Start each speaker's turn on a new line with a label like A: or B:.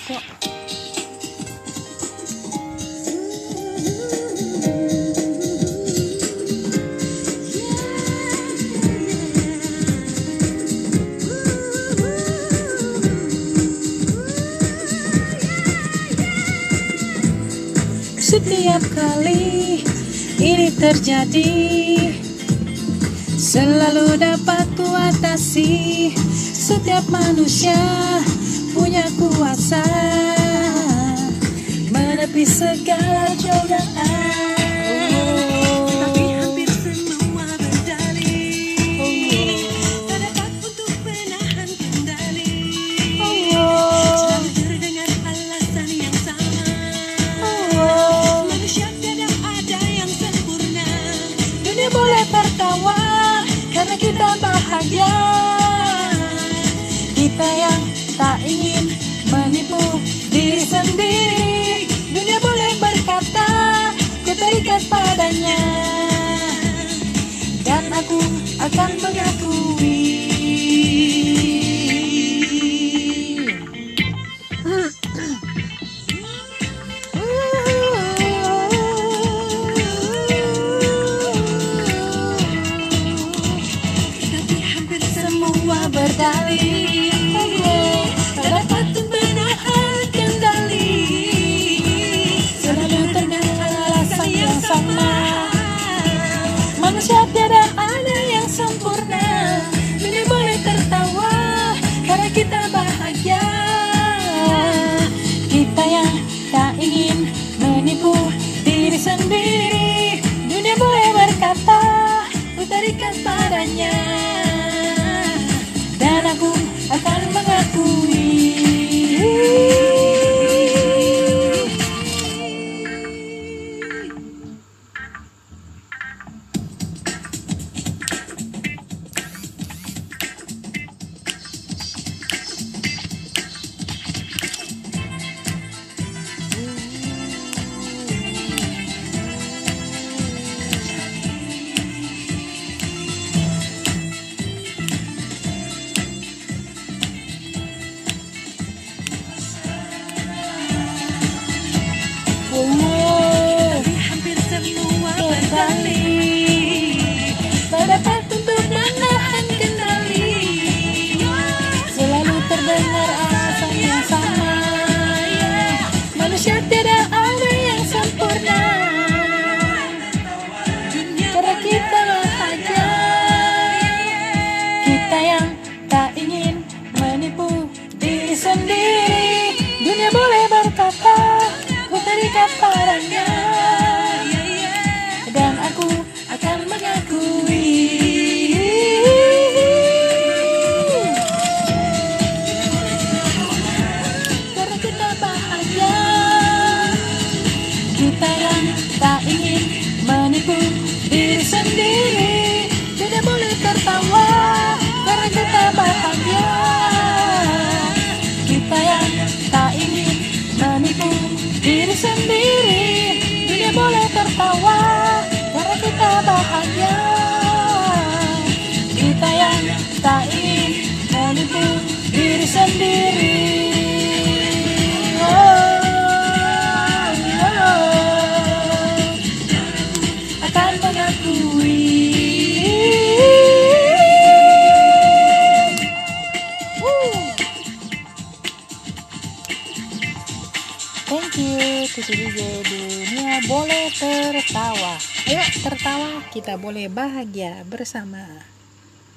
A: kok.
B: Setiap kali ini terjadi, selalu dapat kuatasi. Setiap manusia punya kuasa menepi segala cobaan.
A: Tapi hampir semua berdalih, tak dapat untuk menahan kendali. Selalu terdengar alasan yang sama. Manusia tiada ada yang sempurna.
B: Dunia boleh tertawa karena kita bahagia. Kita yang tak ingin menipu diri sendiri. Dunia boleh berkata ku terikat padanya, dan aku akan mengakui.
A: Tapi hampir semua berdalih, tak dapat untuk menahan kendali.
B: Selalu terdengar alasan yang sama. Manusia tiada ada yang sempurna. Dunia boleh tertawa karena kita bahagia. Kita yang tak ingin menipu diri sendiri. Dunia boleh berkata ku terikat padanya, dan aku akan mengakui.
A: Tapi hampir semua berdalih,
B: Tak dapat untuk menahan kendali. Selalu terdengar alasan yang sama. Manusia tiada ada yang sempurna. Karena kita bahagia. Kita yang tak ingin menipu diri sendiri. Dunia boleh berkata ku terikat padanya, dan aku akan mengakui. Karena kita bahagia. Kita yang tak ingin menipu diri sendiri. Dunia boleh tertawa karena kita bahagia. Kita yang tak ingin menipu diri sendiri. Dunia boleh tertawa karena kita bahagia. Kita yang tak ingin menipu diri sendiri. Akan mengakui. Thank you, Tutu DJ. Dunia boleh tertawa. Ayo tertawa, kita boleh bahagia bersama.